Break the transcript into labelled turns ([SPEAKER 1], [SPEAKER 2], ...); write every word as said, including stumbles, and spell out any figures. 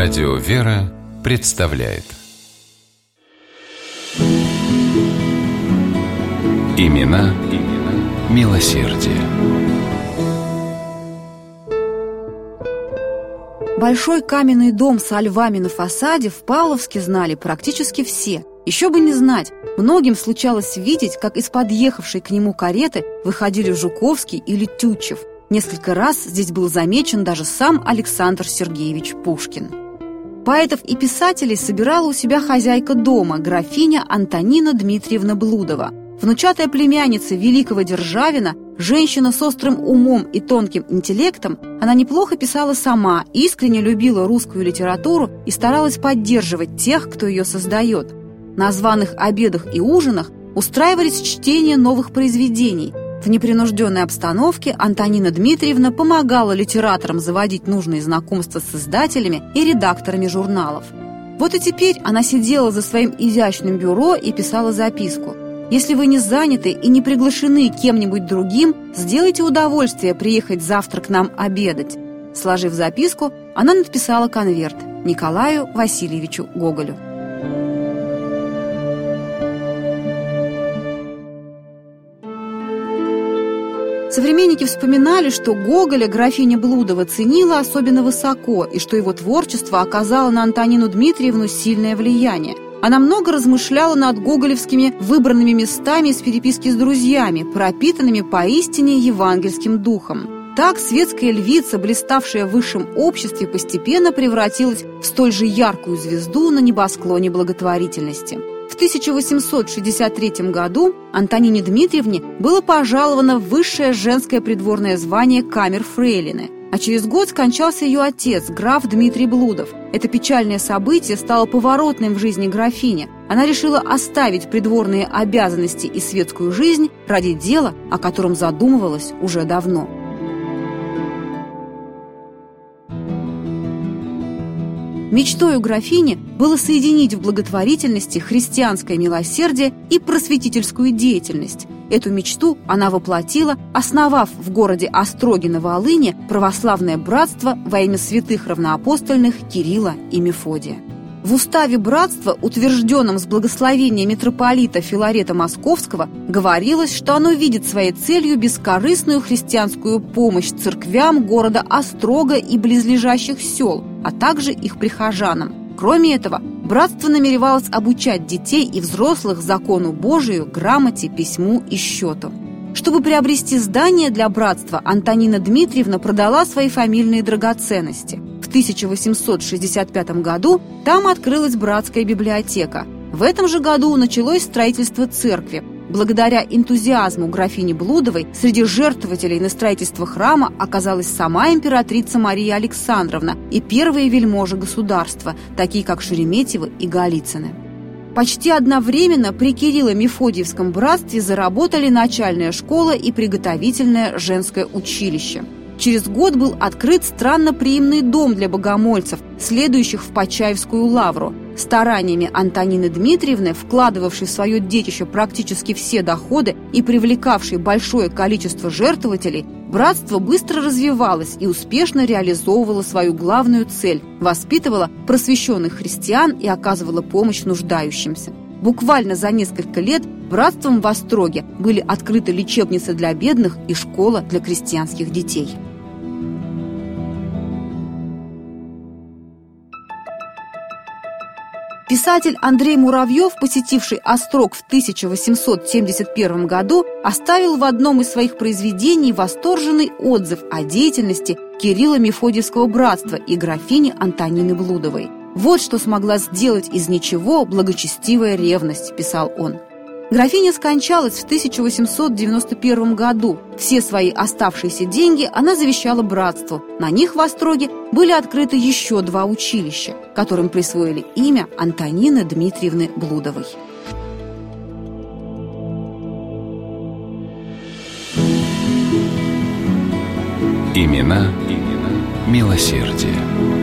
[SPEAKER 1] Радио «Вера» представляет Имена, имена милосердия.
[SPEAKER 2] Большой каменный дом со львами на фасаде в Павловске знали практически все. Еще бы не знать, многим случалось видеть, как из подъехавшей к нему кареты выходили Жуковский или Тютчев. Несколько раз здесь был замечен даже сам Александр Сергеевич Пушкин. Поэтов и писателей собирала у себя хозяйка дома, графиня Антонина Дмитриевна Блудова. Внучатая племянница великого Державина, женщина с острым умом и тонким интеллектом, она неплохо писала сама, искренне любила русскую литературу и старалась поддерживать тех, кто ее создает. На званых обедах и ужинах устраивались чтения новых произведений. В непринужденной обстановке Антонина Дмитриевна помогала литераторам заводить нужные знакомства с издателями и редакторами журналов. Вот и теперь она сидела за своим изящным бюро и писала записку. Если вы не заняты и не приглашены кем-нибудь другим, сделайте удовольствие приехать завтра к нам обедать. Сложив записку, она написала конверт Николаю Васильевичу Гоголю. Современники вспоминали, что Гоголя графиня Блудова ценила особенно высоко и что его творчество оказало на Антонину Дмитриевну сильное влияние. Она много размышляла над гоголевскими выбранными местами из переписки с друзьями, пропитанными поистине евангельским духом. Так светская львица, блиставшая в высшем обществе, постепенно превратилась в столь же яркую звезду на небосклоне благотворительности. В тысяча восемьсот шестьдесят третьем году Антонине Дмитриевне было пожаловано высшее женское придворное звание камер-фрейлины, а через год скончался ее отец, граф Дмитрий Блудов. Это печальное событие стало поворотным в жизни графини. Она решила оставить придворные обязанности и светскую жизнь ради дела, о котором задумывалась уже давно. Мечтой у графини было соединить в благотворительности христианское милосердие и просветительскую деятельность. Эту мечту она воплотила, основав в городе Остроги на Волыни православное братство во имя святых равноапостольных Кирилла и Мефодия. В уставе братства, утвержденном с благословения митрополита Филарета Московского, говорилось, что оно видит своей целью бескорыстную христианскую помощь церквям города Острога и близлежащих сел, а также их прихожанам. Кроме этого, братство намеревалось обучать детей и взрослых закону Божию, грамоте, письму и счету. Чтобы приобрести здание для братства, Антонина Дмитриевна продала свои фамильные драгоценности. В тысяча восемьсот шестьдесят пятом году там открылась братская библиотека. В этом же году началось строительство церкви. Благодаря энтузиазму графини Блудовой среди жертвователей на строительство храма оказалась сама императрица Мария Александровна и первые вельможи государства, такие как Шереметьевы и Голицыны. Почти одновременно при Кирилло-Мефодиевском братстве заработали начальная школа и приготовительное женское училище. Через год был открыт странноприимный дом для богомольцев, следующих в Почаевскую лавру. Стараниями Антонины Дмитриевны, вкладывавшей в свое детище практически все доходы и привлекавшей большое количество жертвователей, братство быстро развивалось и успешно реализовывало свою главную цель – воспитывало просвещенных христиан и оказывало помощь нуждающимся. Буквально за несколько лет братством в Остроге были открыты лечебница для бедных и школа для крестьянских детей. Писатель Андрей Муравьев, посетивший Острог в тысяча восемьсот семьдесят первом году, оставил в одном из своих произведений восторженный отзыв о деятельности Кирилло-Мефодиевского братства и графини Антонины Блудовой. «Вот что смогла сделать из ничего благочестивая ревность», – писал он. Графиня скончалась в тысяча восемьсот девяносто первом году. Все свои оставшиеся деньги она завещала братству. На них в Остроге были открыты еще два училища, которым присвоили имя Антонины Дмитриевны Блудовой.
[SPEAKER 1] Имена, имена милосердия.